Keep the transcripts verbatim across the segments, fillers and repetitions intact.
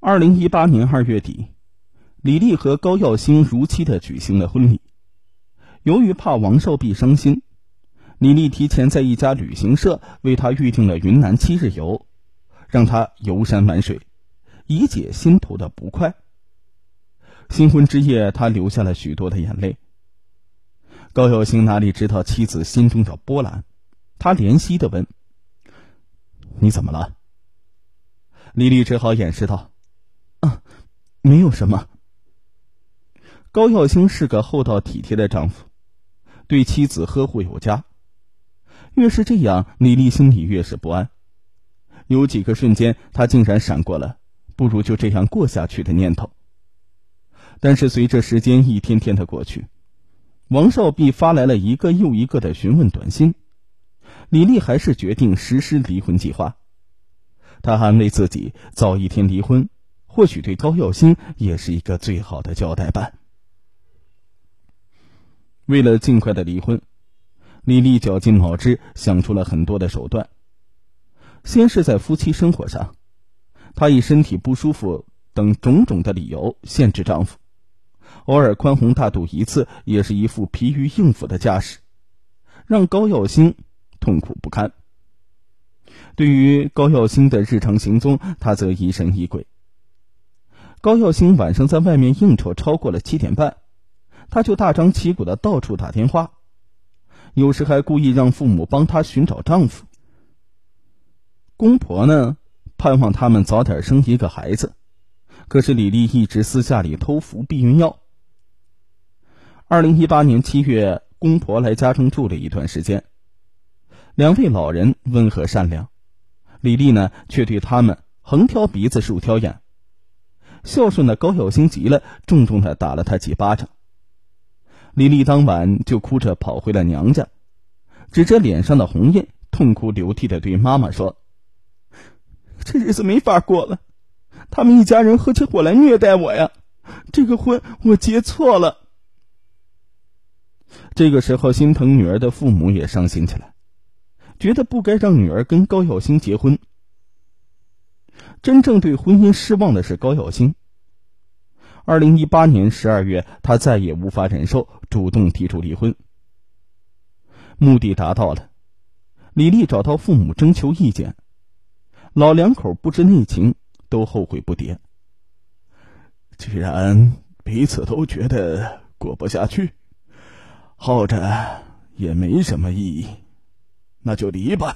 二零一八年二月底，李丽和高耀星如期地举行了婚礼。由于怕王少弼伤心，李丽提前在一家旅行社为他预定了云南七日游，让他游山玩水，以解心头的不快。新婚之夜，他流下了许多的眼泪。高耀星哪里知道妻子心中的波澜，他怜惜地问：你怎么了？李丽只好掩饰道：啊，没有什么。高耀星是个厚道体贴的丈夫，对妻子呵护有加。越是这样，李丽心里越是不安。有几个瞬间，她竟然闪过了不如就这样过下去的念头。但是随着时间一天天的过去，王少弼发来了一个又一个的询问短信，李丽还是决定实施离婚计划。她安慰自己，早一天离婚，或许对高耀星也是一个最好的交代吧。为了尽快的离婚，李丽绞尽脑汁想出了很多的手段。先是在夫妻生活上，她以身体不舒服等种种的理由限制丈夫，偶尔宽宏大度一次，也是一副疲于应付的架势，让高耀星痛苦不堪。对于高耀星的日常行踪，他则疑神疑鬼。高耀星晚上在外面应酬超过了七点半，他就大张旗鼓的到处打电话，有时还故意让父母帮他寻找丈夫。公婆呢，盼望他们早点生一个孩子，可是李丽一直私下里偷服避孕药。二零一八年七月，公婆来家中住了一段时间，两位老人温和善良，李丽呢却对他们横挑鼻子竖挑眼。孝顺的高耀星急了，重重的打了他几巴掌。李丽当晚就哭着跑回了娘家，指着脸上的红印，痛哭流涕的对妈妈说：这日子没法过了，他们一家人合起伙来虐待我呀，这个婚我结错了。这个时候，心疼女儿的父母也伤心起来，觉得不该让女儿跟高耀星结婚。真正对婚姻失望的是高耀星。二零一八年十二月，他再也无法忍受，主动提出离婚。目的达到了，李丽找到父母征求意见，老两口不知内情，都后悔不迭。既然彼此都觉得过不下去，耗着也没什么意义，那就离吧。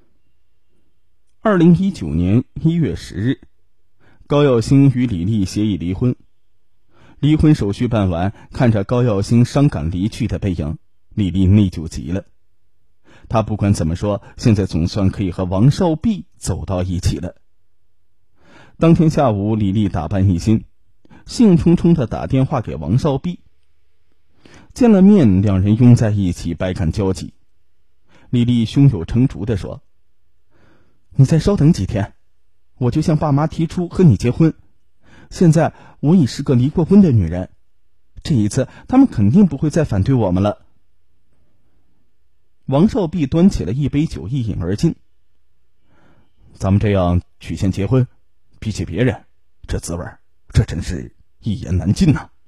二零一九年一月十日，高耀星与李丽协议离婚。离婚手续办完，看着高耀星伤感离去的背影，李丽内疚极了。她不管怎么说，现在总算可以和王少弼走到一起了。当天下午，李丽打扮一新，兴冲冲地打电话给王少弼。见了面，两人拥在一起，百感交集。李丽胸有成竹地说：你再稍等几天，我就向爸妈提出和你结婚。现在我已是个离过婚的女人，这一次他们肯定不会再反对我们了。王少弼端起了一杯酒，一饮而尽。咱们这样曲线结婚，比起别人，这滋味这真是一言难尽呐。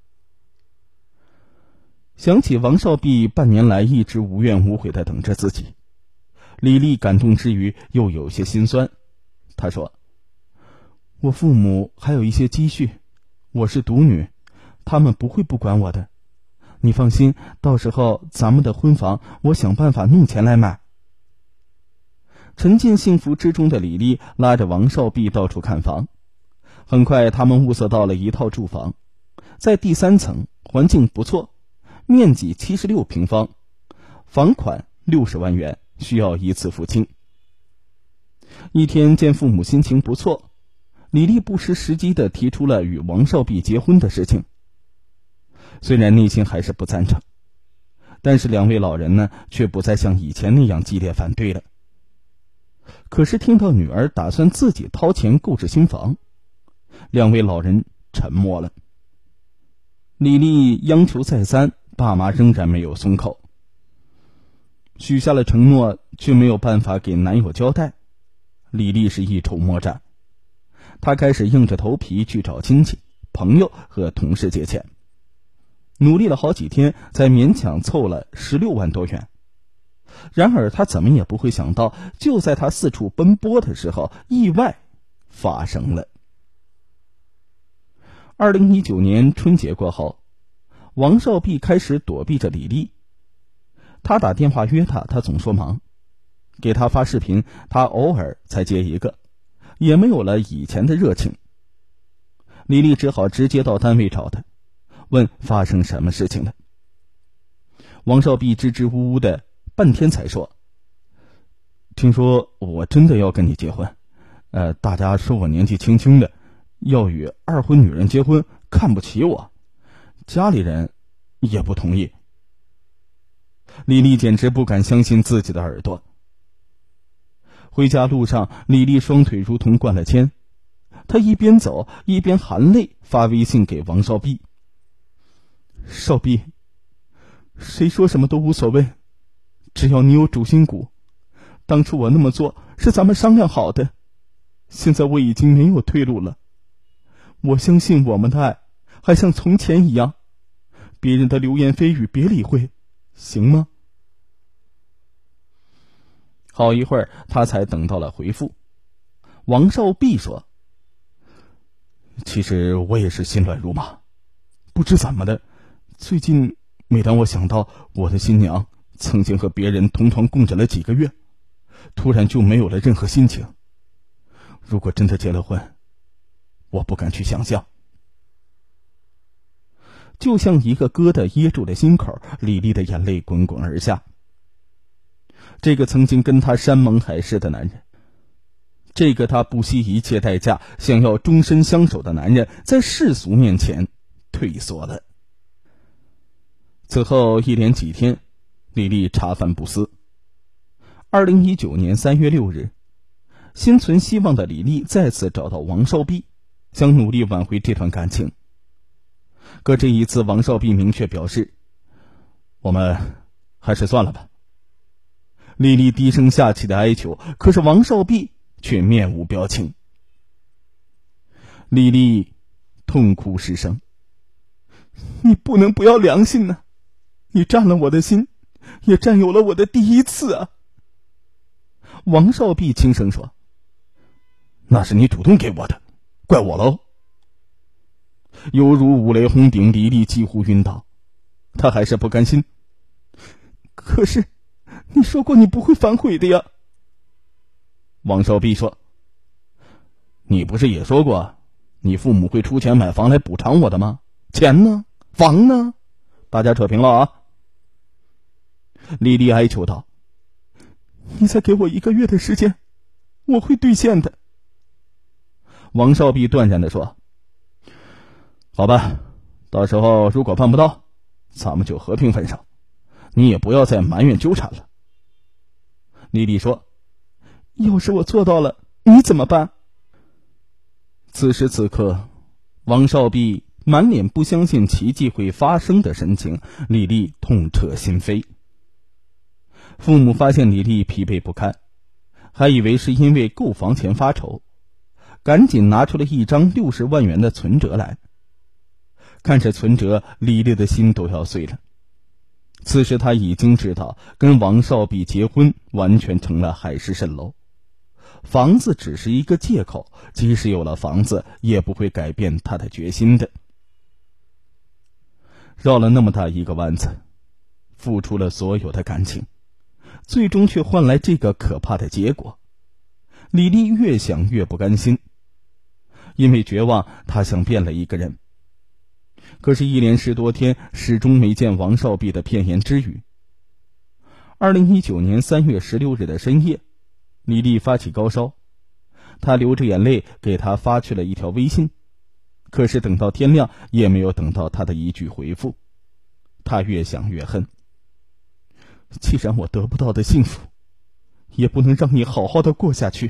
想起王少弼半年来一直无怨无悔地等着自己，李丽感动之余又有些心酸。她说：我父母还有一些积蓄，我是独女，他们不会不管我的。你放心，到时候咱们的婚房我想办法弄钱来买。沉浸幸福之中的李丽拉着王少弼到处看房，很快他们物色到了一套住房，在第三层，环境不错，面积七十六平方，房款六十万元，需要一次付清。一天见父母心情不错，李丽不失时机地提出了与王少弼结婚的事情。虽然内心还是不赞成，但是两位老人呢，却不再像以前那样激烈反对了。可是听到女儿打算自己掏钱购置新房，两位老人沉默了。李丽央求再三，爸妈仍然没有松口。许下了承诺，却没有办法给男友交代，李丽是一筹莫展。 他开始硬着头皮去找亲戚、朋友和同事借钱，努力了好几天，才勉强凑了十六万多元。然而他怎么也不会想到，就在他四处奔波的时候，意外发生了。二零一九年春节过后，王少弼开始躲避着李丽。他打电话约他，他总说忙；给他发视频，他偶尔才接一个，也没有了以前的热情。李丽只好直接到单位找他，问发生什么事情了。王少弼支支吾吾的半天才说：听说我真的要跟你结婚，呃，大家说我年纪轻轻的，要与二婚女人结婚，看不起我，家里人也不同意。李丽简直不敢相信自己的耳朵。回家路上，李丽双腿如同灌了铅，她一边走一边含泪发微信给王少弼：少弼，谁说什么都无所谓，只要你有主心骨。当初我那么做是咱们商量好的，现在我已经没有退路了。我相信我们的爱还像从前一样，别人的流言蜚语别理会，行吗？好一会儿他才等到了回复。王少弼说：其实我也是心乱如麻，不知怎么的，最近每当我想到我的新娘曾经和别人同床共枕了几个月，突然就没有了任何心情。如果真的结了婚，我不敢去想象。就像一个疙瘩噎住了心口，李丽的眼泪滚滚而下。这个曾经跟他山盟海誓的男人，这个他不惜一切代价想要终身相守的男人，在世俗面前退缩了。此后一连几天，李丽茶饭不思。二零一九年三月六日，心存希望的李丽再次找到王少弼，想努力挽回这段感情。可这一次，王少弼明确表示：我们还是算了吧。李丽低声下气的哀求，可是王少弼却面无表情。李丽痛哭失声：你不能不要良心啊，你占了我的心，也占有了我的第一次啊。王少弼轻声说：那是你主动给我的，怪我喽。犹如五雷轰顶，李丽几乎晕倒。他还是不甘心：可是你说过你不会反悔的呀。王少弼说：你不是也说过你父母会出钱买房来补偿我的吗？钱呢？房呢？大家扯平了啊。李丽哀求道：你再给我一个月的时间，我会兑现的。王少弼断然地说：好吧，到时候如果办不到，咱们就和平分手，你也不要再埋怨纠缠了。李丽说：要是我做到了，你怎么办？此时此刻，王少弼满脸不相信奇迹会发生的神情，李丽痛彻心扉。父母发现李丽疲惫不堪，还以为是因为购房钱发愁，赶紧拿出了一张六十万元的存折来。看着存折，李丽的心都要碎了。此时他已经知道，跟王少弼结婚完全成了海市蜃楼，房子只是一个借口，即使有了房子，也不会改变他的决心的。绕了那么大一个弯子，付出了所有的感情，最终却换来这个可怕的结果。李丽越想越不甘心，因为绝望，她想变了一个人。可是，一连十多天，始终没见王少弼的片言之语。二零一九年三月十六日的深夜，李丽发起高烧，她流着眼泪给他发去了一条微信，可是等到天亮，也没有等到他的一句回复。她越想越恨，既然我得不到的幸福，也不能让你好好的过下去。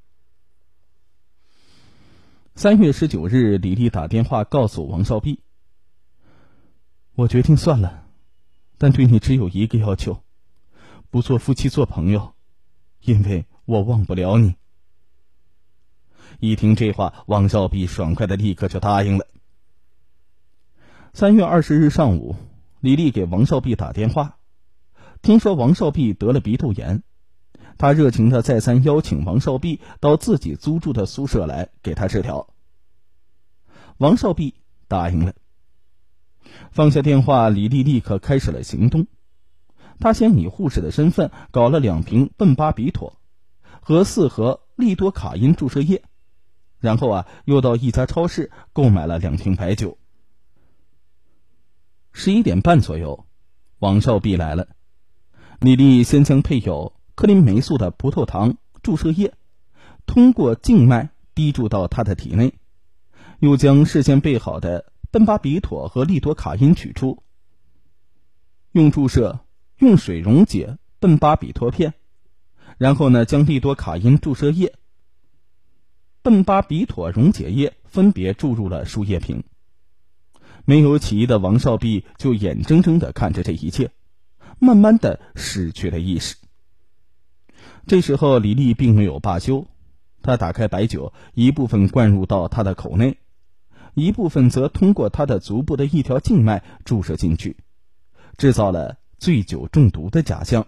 三月十九日，李丽打电话告诉王少弼：我决定算了，但对你只有一个要求，不做夫妻做朋友，因为我忘不了你。 一听这话，王少弼爽快的立刻就答应了。三月二十日上午，李丽给王少弼打电话，听说王少弼得了鼻窦炎，他热情的再三邀请王少弼到自己租住的宿舍来给他治疗。王少弼答应了。放下电话，李丽立刻开始了行动。他先以护士的身份搞了两瓶苯巴比妥和四盒利多卡因注射液，然后啊，又到一家超市购买了两瓶白酒。十一点半左右，王少弼来了。李丽先将配有克林霉素的葡萄糖注射液通过静脉滴注到他的体内，又将事先备好的苯巴比妥和利多卡因取出，用注射用水溶解苯巴比妥片，然后呢，将利多卡因注射液、苯巴比妥溶解液分别注入了输液瓶。没有起疑的王少弼就眼睁睁地看着这一切，慢慢地失去了意识。这时候李丽并没有罢休，她打开白酒，一部分灌入到他的口内，一部分则通过他的足部的一条静脉注射进去，制造了醉酒中毒的假象。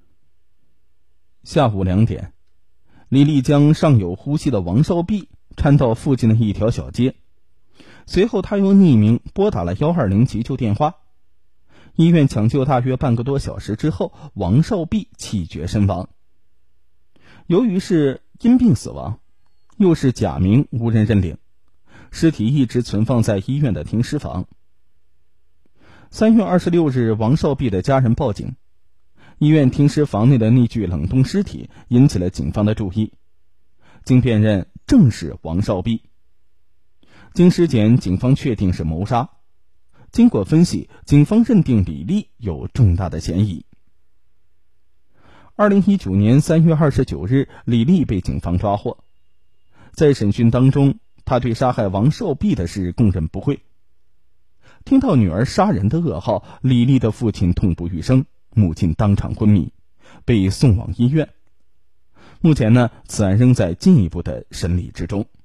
下午两点，李丽将尚有呼吸的王少弼搀到附近的一条小街，随后他又匿名拨打了一二零急救电话。医院抢救大约半个多小时之后，王少弼气绝身亡。由于是因病死亡，又是假名无人认领，尸体一直存放在医院的停尸房。三月二十六日，王少弼的家人报警，医院停尸房内的那具冷冻尸体引起了警方的注意，经辨认正是王少弼。经尸检，警方确定是谋杀。经过分析，警方认定李丽有重大的嫌疑。二零一九年三月二十九日，李丽被警方抓获。在审讯当中，他对杀害王少弼的事供认不讳。听到女儿杀人的噩耗，李丽的父亲痛不欲生，母亲当场昏迷，被送往医院。目前呢，此案仍在进一步的审理之中。